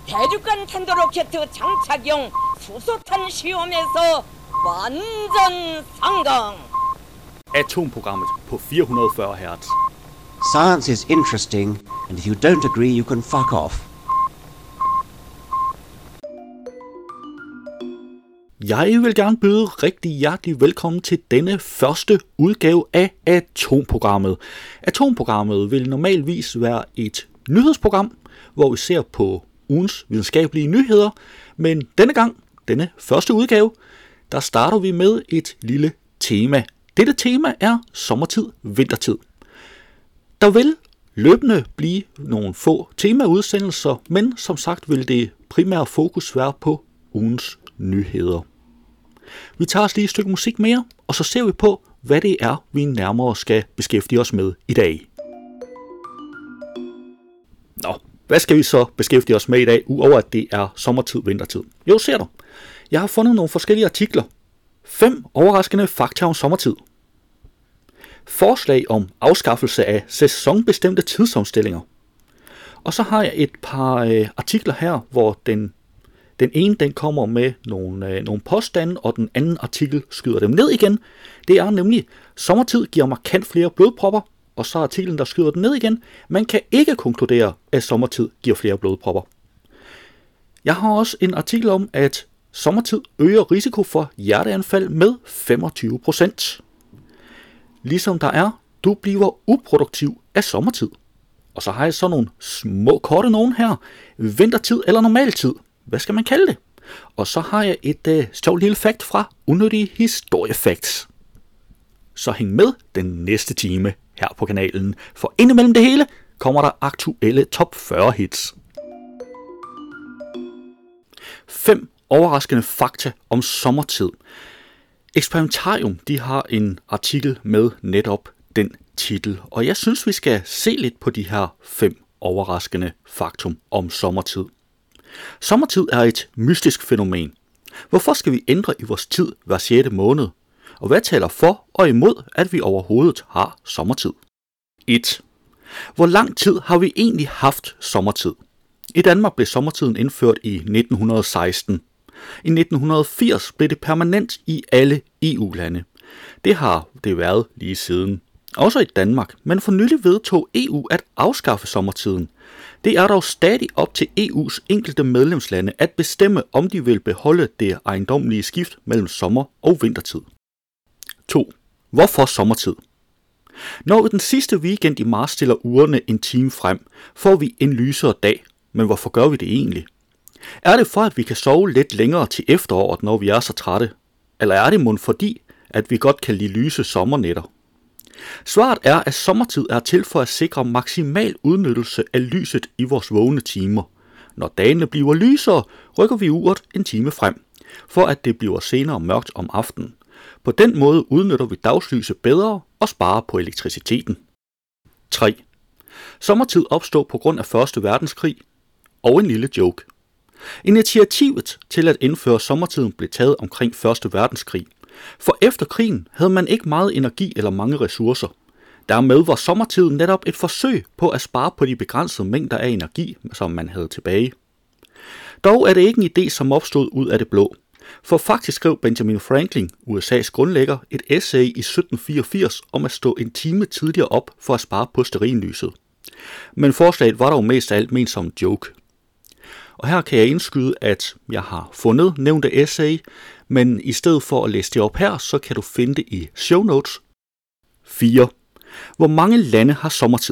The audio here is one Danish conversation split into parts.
대륙간 탄도로켓 장착용 수소탄 시험에서 완전 성공. Atomprogrammet på 440 Hz. Science is interesting, and if you don't agree, you can fuck off. Jeg vil gerne byde rigtig hjertelig velkommen til denne første udgave af Atomprogrammet. Atomprogrammet vil normalvis være et nyhedsprogram, hvor vi ser på ugens videnskabelige nyheder, men denne første udgave, der starter vi med et lille tema. Dette tema er sommertid, vintertid. Der vil løbende blive nogle få temaudsendelser, men som sagt vil det primære fokus være på ugens nyheder. Vi tager os lige et stykke musik mere, og så ser vi på, hvad det er, vi nærmere skal beskæftige os med i dag. Hvad skal vi så beskæftige os med i dag, udover at det er sommertid, vintertid? Jo, ser du. Jeg har fundet nogle forskellige artikler. 5 overraskende fakta om sommertid. Forslag om afskaffelse af sæsonbestemte tidsomstillinger. Og så har jeg et par artikler her, hvor den ene den kommer med nogle påstande, og den anden artikel skyder dem ned igen. Det er nemlig, sommertid giver markant flere blodpropper, og så er artiklen, der skyder den ned igen. Man kan ikke konkludere, at sommertid giver flere blodpropper. Jeg har også en artikel om, at sommertid øger risiko for hjerteanfald med 25%. Ligesom der er, du bliver uproduktiv af sommertid. Og så har jeg så nogle små korte nogen her. Vintertid eller normaltid. Hvad skal man kalde det? Og så har jeg et sjovt lille fakt fra Unyttige Historiefacts. Så hæng med den næste time her på kanalen, for indimellem det hele kommer der aktuelle top 40 hits. 5 overraskende fakta om sommertid. Experimentarium, de har en artikel med netop den titel, og jeg synes, vi skal se lidt på de her 5 overraskende faktum om sommertid. Sommertid er et mystisk fænomen. Hvorfor skal vi ændre i vores tid hver 6. måned? Og hvad taler for og imod, at vi overhovedet har sommertid? 1. Hvor lang tid har vi egentlig haft sommertid? I Danmark blev sommertiden indført i 1916. I 1980 blev det permanent i alle EU-lande. Det har det været lige siden. Også i Danmark, men for nylig vedtog EU at afskaffe sommertiden. Det er dog stadig op til EU's enkelte medlemslande at bestemme, om de vil beholde det ejendommelige skift mellem sommer- og vintertid. 2. Hvorfor sommertid? Når vi den sidste weekend i marts stiller ugerne en time frem, får vi en lysere dag. Men hvorfor gør vi det egentlig? Er det for, at vi kan sove lidt længere til efteråret, når vi er så trætte? Eller er det mon fordi, at vi godt kan lide lyse sommernætter? Svaret er, at sommertid er til for at sikre maksimal udnyttelse af lyset i vores vågne timer. Når dagene bliver lysere, rykker vi uret en time frem, for at det bliver senere mørkt om aftenen. På den måde udnytter vi dagslyset bedre og sparer på elektriciteten. 3. Sommertid opstod på grund af 1. verdenskrig. Og en lille joke. Initiativet til at indføre sommertiden blev taget omkring 1. verdenskrig. For efter krigen havde man ikke meget energi eller mange ressourcer. Dermed var sommertiden netop et forsøg på at spare på de begrænsede mængder af energi, som man havde tilbage. Dog er det ikke en idé, som opstod ud af det blå. For faktisk skrev Benjamin Franklin, USA's grundlægger, et essay i 1784 om at stå en time tidligere op for at spare på stearinlyset. Men forslaget var dog mest af alt ment som en joke. Og her kan jeg indskyde, at jeg har fundet nævnte essay, men i stedet for at læse det op her, så kan du finde det i show notes. 4. Hvor mange lande har sommertid?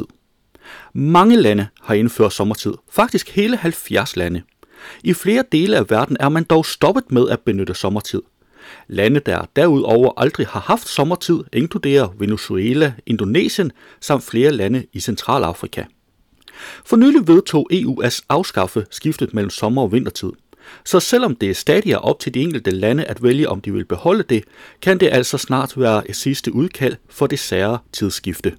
Mange lande har indført sommertid, faktisk hele 70 lande. I flere dele af verden er man dog stoppet med at benytte sommertid. Lande, der derudover aldrig har haft sommertid, inkluderer Venezuela, Indonesien samt flere lande i Centralafrika. For nylig vedtog EU at afskaffe skiftet mellem sommer- og vintertid. Så selvom det stadig er op til de enkelte lande at vælge, om de vil beholde det, kan det altså snart være et sidste udkald for det sære tidsskifte.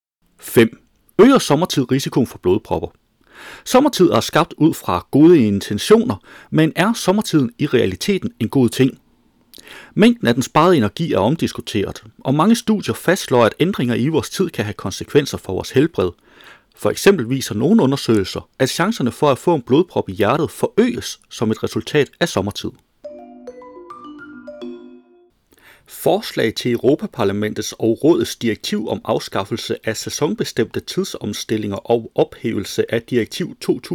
5. Øger sommertid risikoen for blodpropper? Sommertid er skabt ud fra gode intentioner, men er sommertiden i realiteten en god ting? Mængden af den sparede energi er omdiskuteret, og mange studier fastslår, at ændringer i vores tid kan have konsekvenser for vores helbred. For eksempel viser nogle undersøgelser, at chancerne for at få en blodprop i hjertet forøges som et resultat af sommertid. Forslag til Europaparlamentets og Rådets direktiv om afskaffelse af sæsonbestemte tidsomstillinger og ophævelse af direktiv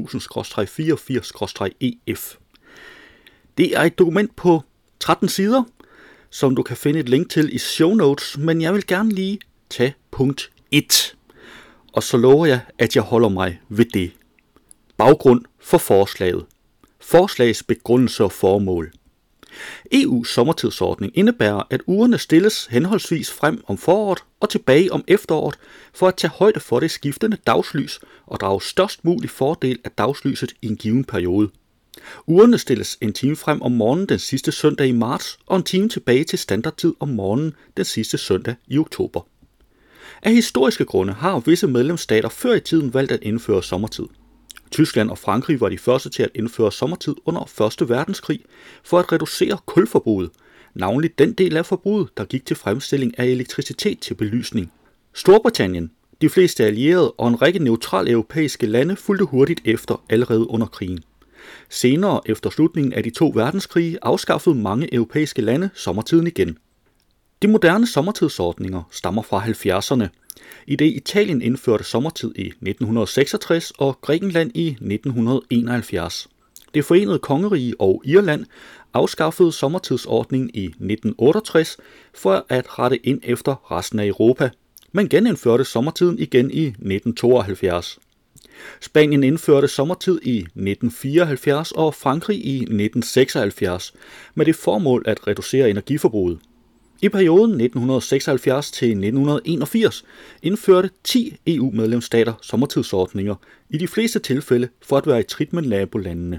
2000/84/EF. Det er et dokument på 13 sider, som du kan finde et link til i show notes, men jeg vil gerne lige tage punkt 1. Og så lover jeg, at jeg holder mig ved det. Baggrund for forslaget. Forslagets begrundelse og formål. EU's sommertidsordning indebærer, at ugerne stilles henholdsvis frem om foråret og tilbage om efteråret for at tage højde for det skiftende dagslys og drage størst mulig fordel af dagslyset i en given periode. Ugerne stilles en time frem om morgenen den sidste søndag i marts og en time tilbage til standardtid om morgenen den sidste søndag i oktober. Af historiske grunde har visse medlemsstater før i tiden valgt at indføre sommertid. Tyskland og Frankrig var de første til at indføre sommertid under 1. verdenskrig for at reducere kulforbruget, navnlig den del af forbruget, der gik til fremstilling af elektricitet til belysning. Storbritannien, de fleste allierede og en række neutrale europæiske lande fulgte hurtigt efter allerede under krigen. Senere, efter slutningen af de 2 verdenskrige, afskaffede mange europæiske lande sommertiden igen. De moderne sommertidsordninger stammer fra 70'erne, i det Italien indførte sommertid i 1966 og Grækenland i 1971. Det forenede kongerige og Irland afskaffede sommertidsordningen i 1968 for at rette ind efter resten af Europa, men genindførte sommertiden igen i 1972. Spanien indførte sommertid i 1974 og Frankrig i 1976 med det formål at reducere energiforbruget. I perioden 1976 til 1981 indførte 10 EU-medlemsstater sommertidsordninger, i de fleste tilfælde for at være i trit med nabolandene.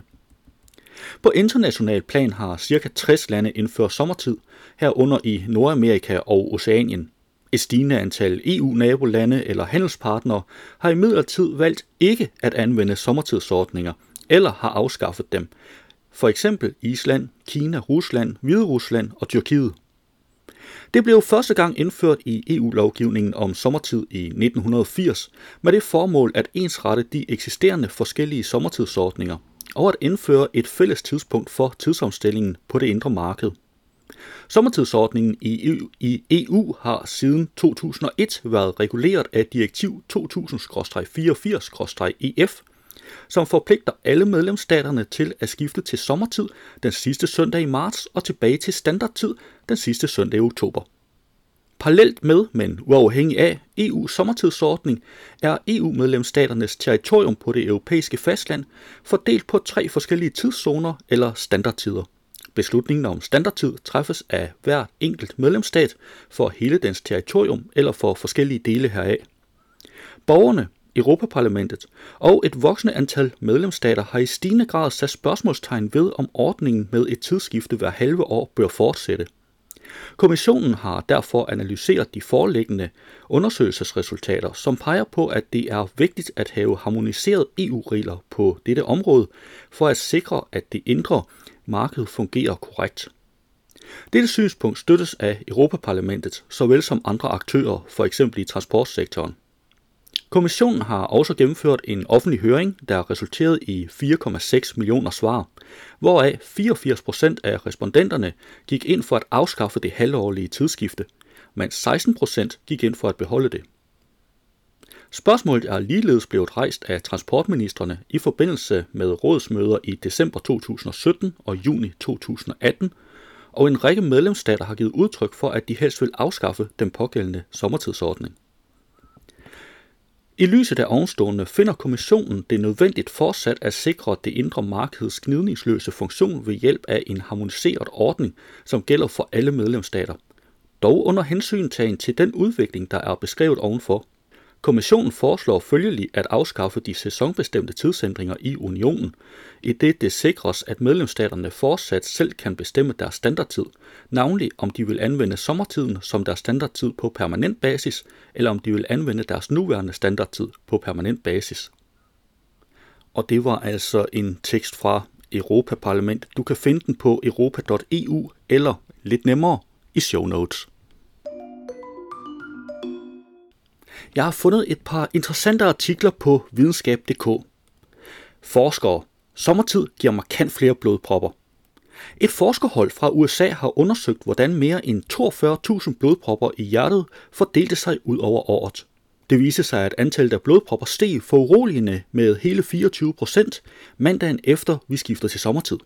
På international plan har ca. 60 lande indført sommertid, herunder i Nordamerika og Oceanien. Et stigende antal EU-nabolande eller handelspartnere har imidlertid valgt ikke at anvende sommertidsordninger eller har afskaffet dem. For eksempel Island, Kina, Rusland, Hviderusland og Tyrkiet. Det blev første gang indført i EU-lovgivningen om sommertid i 1980 med det formål at ensrette de eksisterende forskellige sommertidsordninger og at indføre et fælles tidspunkt for tidsomstillingen på det indre marked. Sommertidsordningen i EU har siden 2001 været reguleret af direktiv 2000/84/EF, som forpligter alle medlemsstaterne til at skifte til sommertid den sidste søndag i marts og tilbage til standardtid den sidste søndag i oktober. Parallelt med, men uafhængig af EU's sommertidsordning, er EU-medlemsstaternes territorium på det europæiske fastland fordelt på 3 forskellige tidszoner eller standardtider. Beslutningen om standardtid træffes af hver enkelt medlemsstat for hele dens territorium eller for forskellige dele heraf. Borgerne, Europaparlamentet og et voksende antal medlemsstater har i stigende grad sat spørgsmålstegn ved, om ordningen med et tidsskifte hver halve år bør fortsætte. Kommissionen har derfor analyseret de foreliggende undersøgelsesresultater, som peger på, at det er vigtigt at have harmoniseret EU-regler på dette område, for at sikre, at det indre marked fungerer korrekt. Dette synspunkt støttes af Europaparlamentet, såvel som andre aktører, for eksempel i transportsektoren. Kommissionen har også gennemført en offentlig høring, der resulterede i 4,6 millioner svar, hvoraf 84% af respondenterne gik ind for at afskaffe det halvårlige tidsskifte, mens 16% gik ind for at beholde det. Spørgsmålet er ligeledes blevet rejst af transportministrene i forbindelse med rådsmøder i december 2017 og juni 2018, og en række medlemsstater har givet udtryk for, at de helst vil afskaffe den pågældende sommertidsordning. I lyset af ovenstående finder kommissionen det nødvendigt fortsat at sikre det indre markeds gnidningsløse funktion ved hjælp af en harmoniseret ordning, som gælder for alle medlemsstater, dog under hensyntagen til den udvikling, der er beskrevet ovenfor. Kommissionen foreslår følgelig at afskaffe de sæsonbestemte tidsændringer i unionen, i det sikres, at medlemsstaterne fortsat selv kan bestemme deres standardtid, navnlig om de vil anvende sommertiden som deres standardtid på permanent basis, eller om de vil anvende deres nuværende standardtid på permanent basis. Og det var altså en tekst fra Europaparlamentet. Du kan finde den på europa.eu eller lidt nemmere i show notes. Jeg har fundet et par interessante artikler på videnskab.dk. Forskere. Sommertid giver markant flere blodpropper. Et forskerhold fra USA har undersøgt, hvordan mere end 42.000 blodpropper i hjertet fordelte sig ud over året. Det viser sig, at antallet af blodpropper steg foruroligende med hele 24% mandagen efter vi skifter til sommertid.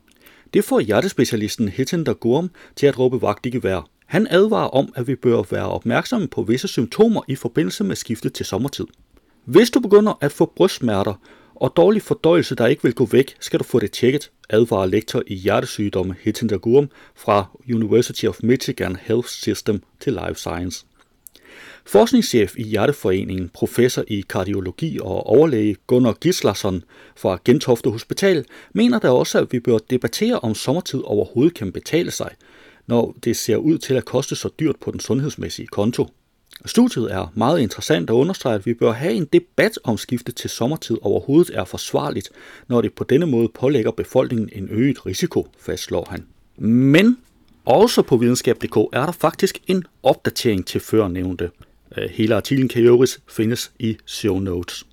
Det får hjertespecialisten Hitinder Gurm til at råbe vagt i gevær. Han advarer om, at vi bør være opmærksomme på visse symptomer i forbindelse med skiftet til sommertid. Hvis du begynder at få brystsmerter og dårlig fordøjelse, der ikke vil gå væk, skal du få det tjekket, advarer lektor i hjertesygdomme Hitinder Gurm fra University of Michigan Health System til Life Science. Forskningschef i Hjerteforeningen, professor i kardiologi og overlæge Gunnar Gislason fra Gentofte Hospital, mener da også, at vi bør debattere, om sommertid overhovedet kan betale sig, når det ser ud til at koste så dyrt på den sundhedsmæssige konto. Studiet er meget interessant og understreger, at vi bør have en debat om skiftet til sommertid overhovedet er forsvarligt, når det på denne måde pålægger befolkningen en øget risiko, fastslår han. Men også på videnskab.dk er der faktisk en opdatering til førnævnte. Hele artiklen kan i øvrigt findes i show notes.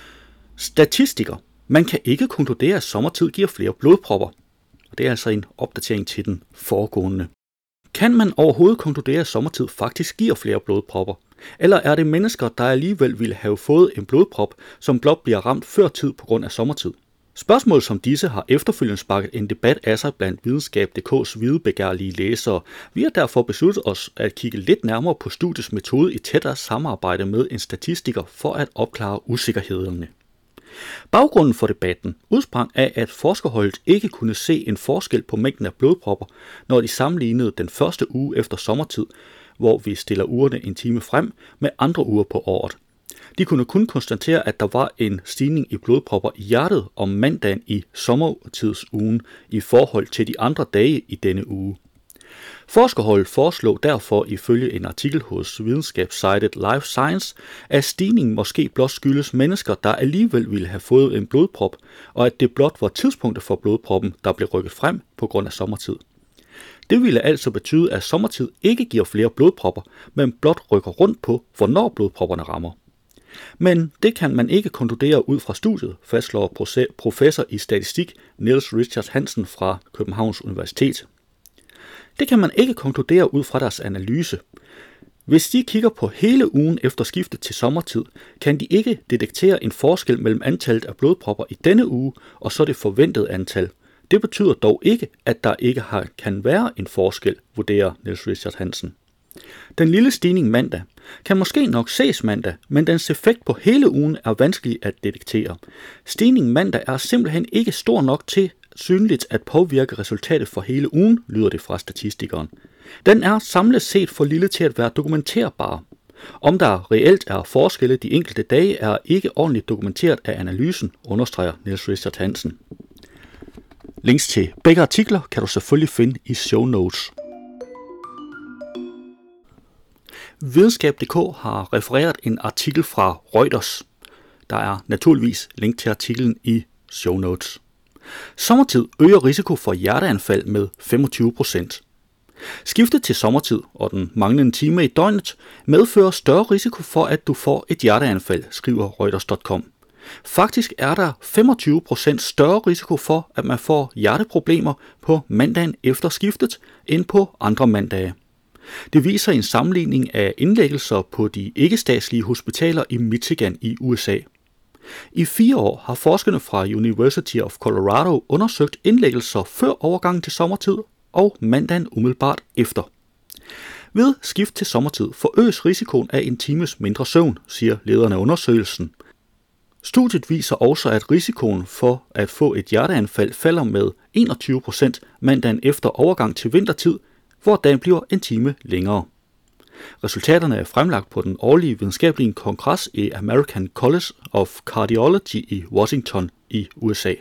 Statistiker. Man kan ikke konkludere, at sommertid giver flere blodpropper. Det er altså en opdatering til den foregående. Kan man overhovedet konkludere, at sommertid faktisk giver flere blodpropper? Eller er det mennesker, der alligevel ville have fået en blodprop, som blot bliver ramt før tid på grund af sommertid? Spørgsmål som disse har efterfølgende sparket en debat af sig blandt videnskab.dk's videbegærlige læsere. Vi har derfor besluttet os at kigge lidt nærmere på studiets metode i tættere samarbejde med en statistiker for at opklare usikkerhederne. Baggrunden for debatten udsprang af, at forskerholdet ikke kunne se en forskel på mængden af blodpropper, når de sammenlignede den første uge efter sommertid, hvor vi stiller ugerne en time frem, med andre uger på året. De kunne kun konstatere, at der var en stigning i blodpropper i hjertet om mandagen i sommertidsugen i forhold til de andre dage i denne uge. Forskerholdet foreslog derfor ifølge en artikel hos videnskabssitet Life Science, at stigningen måske blot skyldes mennesker, der alligevel ville have fået en blodprop, og at det blot var tidspunktet for blodproppen, der blev rykket frem på grund af sommertid. Det ville altså betyde, at sommertid ikke giver flere blodpropper, men blot rykker rundt på, hvornår blodpropperne rammer. Men det kan man ikke konkludere ud fra studiet, fastslår professor i statistik Niels Richard Hansen fra Københavns Universitet. Det kan man ikke konkludere ud fra deres analyse. Hvis de kigger på hele ugen efter skiftet til sommertid, kan de ikke detektere en forskel mellem antallet af blodpropper i denne uge og så det forventede antal. Det betyder dog ikke, at der ikke kan være en forskel, vurderer Niels Richard Hansen. Den lille stigning mandag kan måske nok ses mandag, men dens effekt på hele ugen er vanskelig at detektere. Stigningen mandag er simpelthen ikke stor nok til synligt at påvirke resultatet for hele ugen, lyder det fra statistikeren. Den er samlet set for lille til at være dokumenterbar. Om der reelt er forskelle de enkelte dage, er ikke ordentligt dokumenteret af analysen, understreger Niels Richard Hansen. Links til begge artikler kan du selvfølgelig finde i show notes. Videnskab.dk har refereret en artikel fra Reuters. Der er naturligvis link til artiklen i show notes. Sommertid øger risiko for hjerteanfald med 25%. Skiftet til sommertid og den manglende time i døgnet medfører større risiko for, at du får et hjerteanfald, skriver Reuters.com. Faktisk er der 25% større risiko for, at man får hjerteproblemer på mandagen efter skiftet, end på andre mandage. Det viser en sammenligning af indlæggelser på de ikke-statslige hospitaler i Michigan i USA. I 4 år har forskerne fra University of Colorado undersøgt indlæggelser før overgangen til sommertid og mandagen umiddelbart efter. Ved skift til sommertid forøges risikoen af en times mindre søvn, siger lederne af undersøgelsen. Studiet viser også, at risikoen for at få et hjerteanfald falder med 21% mandagen efter overgang til vintertid, hvor dagen bliver en time længere. Resultaterne er fremlagt på den årlige videnskabelige kongres i American College of Cardiology i Washington i USA.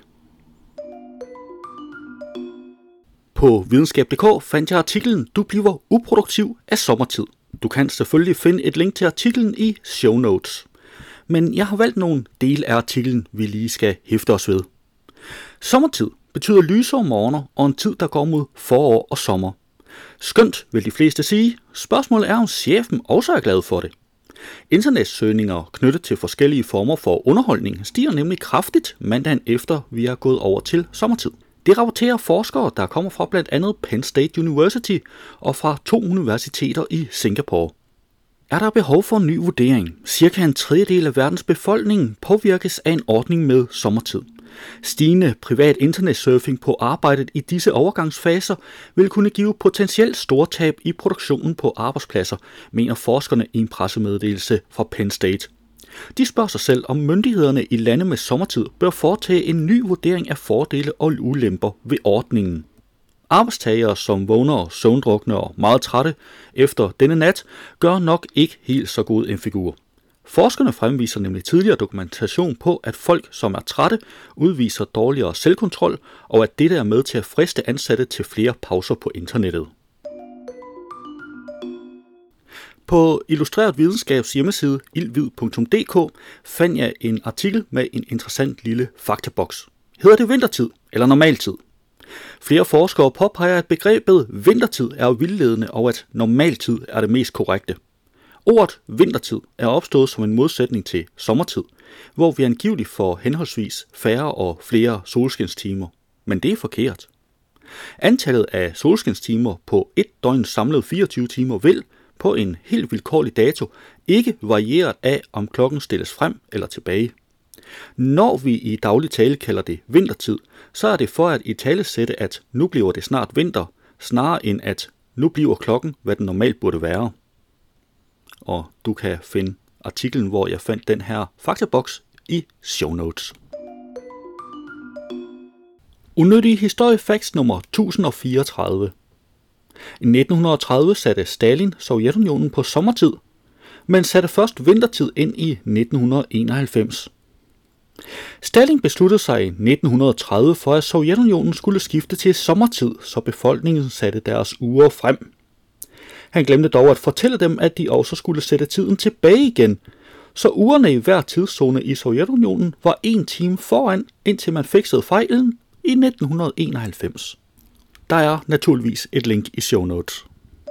På videnskab.dk fandt jeg artiklen "Du bliver uproduktiv af sommertid". Du kan selvfølgelig finde et link til artiklen i show notes. Men jeg har valgt nogle dele af artiklen, vi lige skal hæfte os ved. Sommertid betyder lysere morgener og en tid, der går mod forår og sommer. Skønt, vil de fleste sige. Spørgsmålet er, om chefen også er glad for det. Internetsøgninger knyttet til forskellige former for underholdning stiger nemlig kraftigt mandagen efter vi er gået over til sommertid. Det rapporterer forskere, der kommer fra blandt andet Penn State University og fra 2 universiteter i Singapore. Er der behov for en ny vurdering? Cirka en tredjedel af verdens befolkning påvirkes af en ordning med sommertid. Stigende privat internetsurfing på arbejdet i disse overgangsfaser vil kunne give potentielt store tab i produktionen på arbejdspladser, mener forskerne i en pressemeddelelse fra Penn State. De spørger sig selv, om myndighederne i lande med sommertid bør foretage en ny vurdering af fordele og ulemper ved ordningen. Arbejdstagere, som vågner søvndrukne og meget trætte efter denne nat, gør nok ikke helt så god en figur. Forskerne fremviser nemlig tidligere dokumentation på, at folk, som er trætte, udviser dårligere selvkontrol, og at dette er med til at friste ansatte til flere pauser på internettet. På Illustreret Videnskabs hjemmeside ilvid.dk fandt jeg en artikel med en interessant lille faktaboks. Hedder det vintertid eller normaltid? Flere forskere påpeger, at begrebet vintertid er vildledende, og at normaltid er det mest korrekte. Ordet vintertid er opstået som en modsætning til sommertid, hvor vi angiveligt får henholdsvis færre og flere solskinstimer. Men det er forkert. Antallet af solskinstimer på et døgn samlet 24 timer vil, på en helt vilkårlig dato, ikke varieret af, om klokken stilles frem eller tilbage. Når vi i daglig tale kalder det vintertid, så er det for at italesætte, at nu bliver det snart vinter, snarere end at nu bliver klokken, hvad den normalt burde være. Og du kan finde artiklen, hvor jeg fandt den her faktaboks i show notes. Unyttige historiefacts nummer 1034. I 1930 satte Stalin Sovjetunionen på sommertid, men satte først vintertid ind i 1991. Stalin besluttede sig i 1930 for, at Sovjetunionen skulle skifte til sommertid, så befolkningen satte deres uger frem. Han glemte dog at fortælle dem, at de også skulle sætte tiden tilbage igen, så ugerne i hver tidszone i Sovjetunionen var 1 time foran, indtil man fikset fejlen i 1991. Der er naturligvis et link i show notes.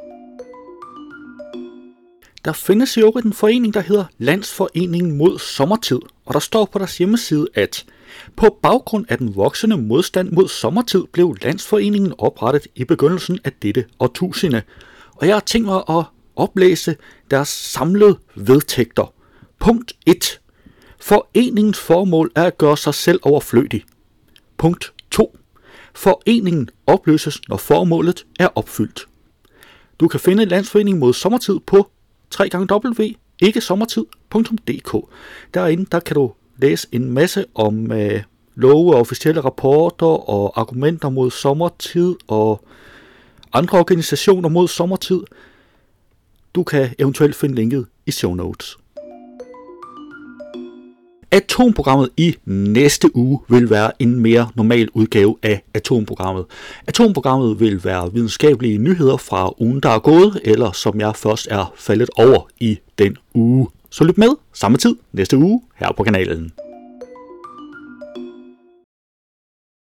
Der findes i øvrigt en forening, der hedder Landsforeningen mod sommertid, og der står på deres hjemmeside, at på baggrund af den voksende modstand mod sommertid blev Landsforeningen oprettet i begyndelsen af dette årtusinde. Og jeg har tænkt mig at oplæse deres samlede vedtægter. Punkt 1. Foreningens formål er at gøre sig selv overflødig. Punkt 2. Foreningen opløses, når formålet er opfyldt. Du kan finde Landsforeningen mod sommertid på www.ikkesommertid.dk. Derinde der kan du læse en masse om love og officielle rapporter og argumenter mod sommertid og andre organisationer mod sommertid. Du kan eventuelt finde linket i show notes. Atomprogrammet i næste uge vil være en mere normal udgave af Atomprogrammet. Atomprogrammet vil være videnskabelige nyheder fra ugen, der er gået, eller som jeg først er faldet over i den uge. Så lyt med samme tid næste uge her på kanalen.